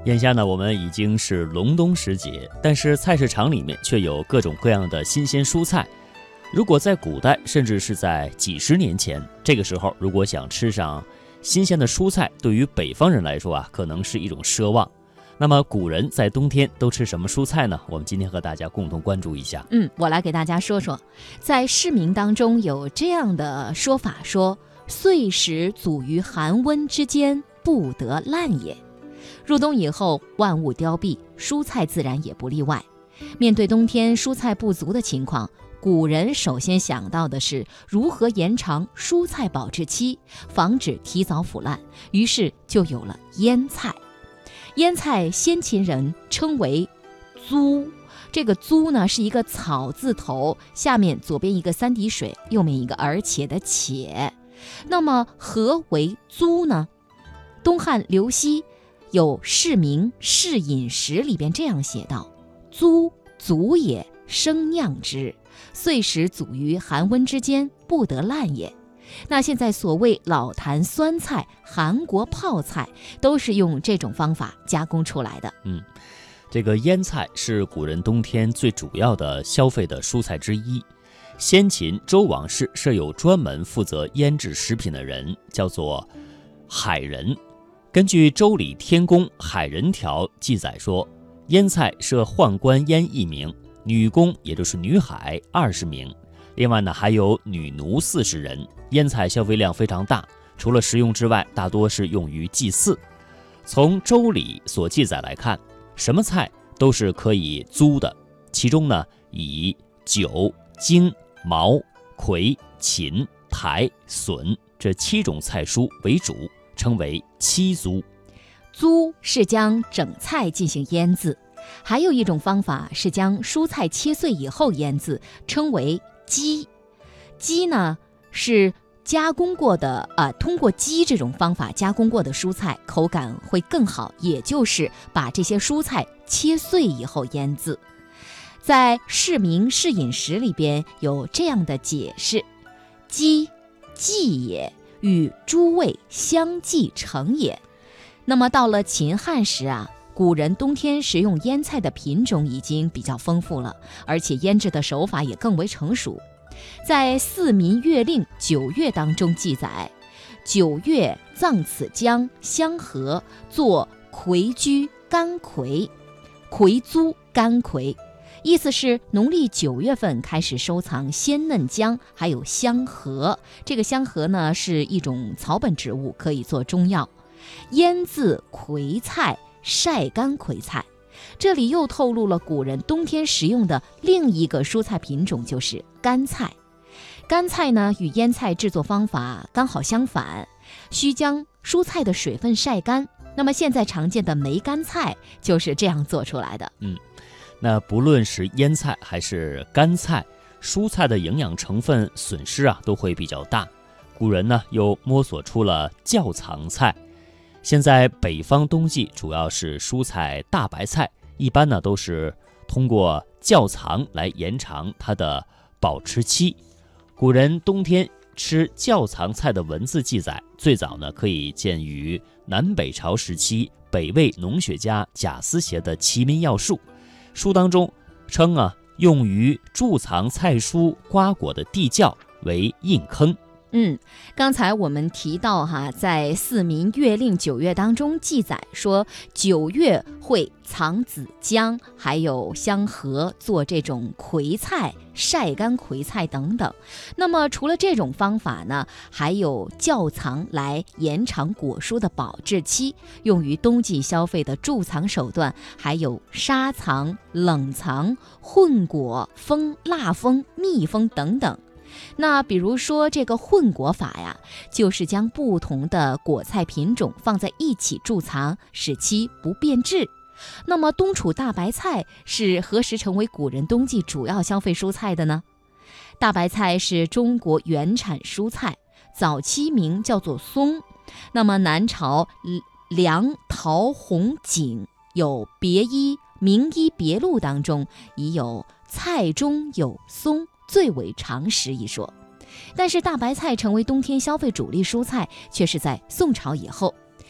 眼下呢，我们已经是隆冬时节，但是菜市场里面却有各种各样的新鲜蔬菜。如果在古代，甚至是在几十年前，这个时候如果想吃上新鲜的蔬菜，对于北方人来说可能是一种奢望。那么古人在冬天都吃什么蔬菜呢？我们今天和大家共同关注一下。 我来给大家说说，在市民当中有这样的说法，说岁时阻于寒温之间，不得烂也。入冬以后，万物凋敝，蔬菜自然也不例外。面对冬天蔬菜不足的情况，古人首先想到的是如何延长蔬菜保质期，防止提早腐烂，于是就有了腌菜。腌菜先秦人称为租，这个租呢是一个草字头，下面左边一个三点水，右面一个而且的且。那么何为租呢？东汉刘熙有《市民市饮食》里边这样写道：租，足也，生酿之，岁时阻于寒温之间，不得烂也。那现在所谓老坛酸菜、韩国泡菜，都是用这种方法加工出来的。 这个腌菜是古人冬天最主要的消费的蔬菜之一。先秦周王室设有专门负责腌制食品的人，叫做海人。根据《周礼天工海人条》记载说，腌菜设宦官腌1名，女工也就是女海20名，另外呢还有女奴40人。腌菜消费量非常大，除了食用之外，大多是用于祭祀。从《周礼》所记载来看，什么菜都是可以租的，其中呢以韭、荆、毛、葵、芹、苔、笋这7种菜蔬为主，称为七租。 租是将整菜进行腌制，还有一种方法是将蔬菜切碎以后腌制，称为鸡。鸡呢是加工过的，通过鸡这种方法加工过的蔬菜口感会更好，也就是把这些蔬菜切碎以后腌制。在《市民市饮食》里边有这样的解释：鸡，祭也，与诸味相继成也。那么到了秦汉时古人冬天食用腌菜的品种已经比较丰富了，而且腌制的手法也更为成熟。在《四民月令·9月》当中记载：9月葬此姜、香荷，作葵居干葵，葵租干葵。意思是农历9月份开始收藏鲜嫩姜，还有香荷。这个香荷呢是一种草本植物，可以做中药。腌制葵菜，晒干葵菜。这里又透露了古人冬天食用的另一个蔬菜品种，就是干菜。干菜呢与腌菜制作方法刚好相反，需将蔬菜的水分晒干。那么现在常见的梅干菜就是这样做出来的。 那不论是腌菜还是干菜，蔬菜的营养成分损失都会比较大。古人呢又摸索出了窖藏菜。现在北方冬季主要是蔬菜大白菜，一般呢都是通过窖藏来延长它的保持期。古人冬天吃窖藏菜的文字记载，最早呢可以见于南北朝时期北魏农学家贾思勰的《齐民要术》。书当中称用于贮藏菜蔬瓜果的地窖为印坑。 刚才我们提到在《四民月令·9月》当中记载说，9月会藏子姜，还有香荷，做这种葵菜、晒干葵菜等等。那么除了这种方法呢，还有窖藏来延长果蔬的保质期，用于冬季消费的贮藏手段，还有沙藏、冷藏、混果封、蜡封、密封等等。那比如说这个混果法就是将不同的果菜品种放在一起贮藏，使其不变质。那么冬储大白菜是何时成为古人冬季主要消费蔬菜的呢？大白菜是中国原产蔬菜，早期名叫做松。那么南朝梁陶弘景有别医名医别录当中已有菜中有松，最为常识一说。但是大白菜成为冬天消费主力蔬菜却是在宋朝以后。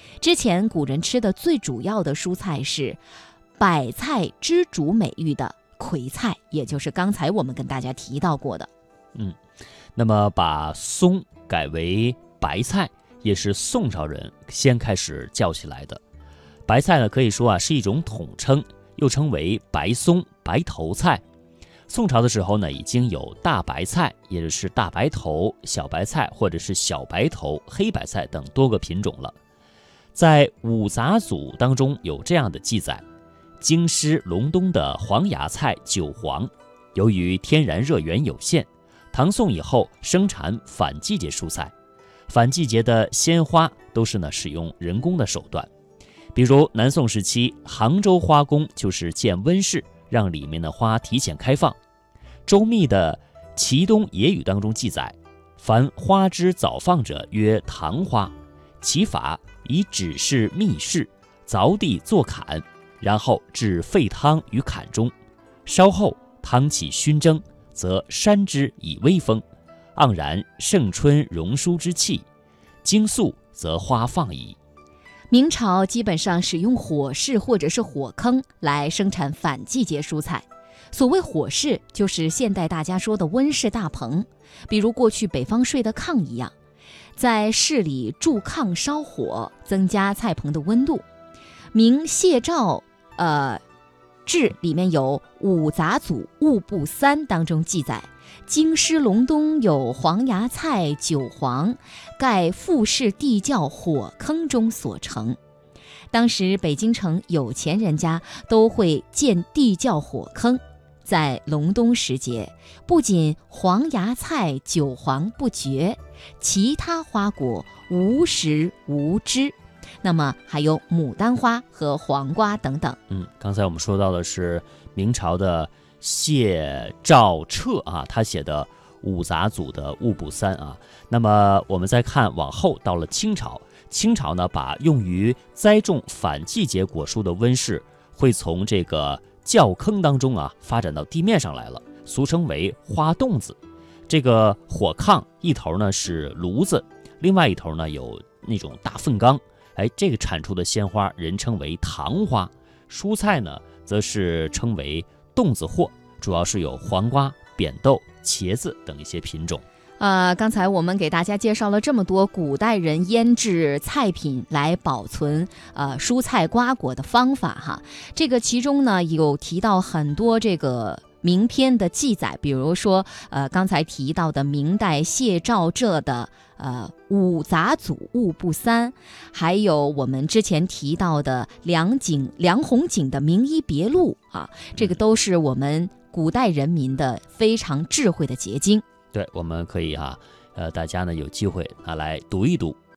之前古人吃的最主要的蔬菜是百菜之主美誉的葵菜，也就是刚才我们跟大家提到过的。 那么把松改为白菜，也是宋朝人先开始叫起来的。白菜呢，可以说是一种统称，又称为白松、白头菜。宋朝的时候呢，已经有大白菜，也就是大白头、小白菜或者是小白头、黑白菜等多个品种了。在五杂组当中有这样的记载：京师隆冬的黄芽菜韭黄，由于天然热源有限，唐宋以后生产反季节蔬菜，反季节的鲜花都是使用人工的手段。比如南宋时期，杭州花工就是建温室，让里面的花提前开放。周密的《齐东野语》当中记载，凡花枝早放者曰唐花，其法以指示密室，凿地作坎，然后置沸汤于坎中，稍后汤起熏蒸，则扇之以微风，盎然盛春荣舒之气，经肃则花放矣。 明朝基本上使用火室或者是火坑来生产反季节蔬菜。所谓火室，就是现代大家说的温室大棚，比如过去北方睡的炕一样，在室里筑炕烧火，增加菜棚的温度。明谢兆志里面有五杂组物部3当中记载，京师隆冬有黄芽菜韭黄，盖复式地窖火坑中所成。当时北京城有钱人家都会建地窖火坑，在隆冬时节，不仅黄芽菜韭黄不绝，其他花果无实无枝，那么还有牡丹花和黄瓜等等。 刚才我们说到的是明朝的谢兆彻他写的五杂组的物部3那么我们再看往后到了清朝，清朝呢把用于栽种反季节果蔬的温室会从这个窖坑当中发展到地面上来了，俗称为花洞子。这个火炕一头呢是炉子，另外一头呢有那种大粪缸，这个产出的鲜花人称为糖花，蔬菜呢则是称为洞子货，主要是有黄瓜、扁豆、茄子等一些品种。 刚才我们给大家介绍了这么多古代人腌制菜品来保存蔬菜瓜果的方法这个其中呢有提到很多这个名篇的记载，比如说刚才提到的明代谢兆浙的五杂组物部3，还有我们之前提到的梁鸿景的名医别录这个都是我们古代人民的非常智慧的结晶。 对，我们可以大家呢有机会拿来读一读。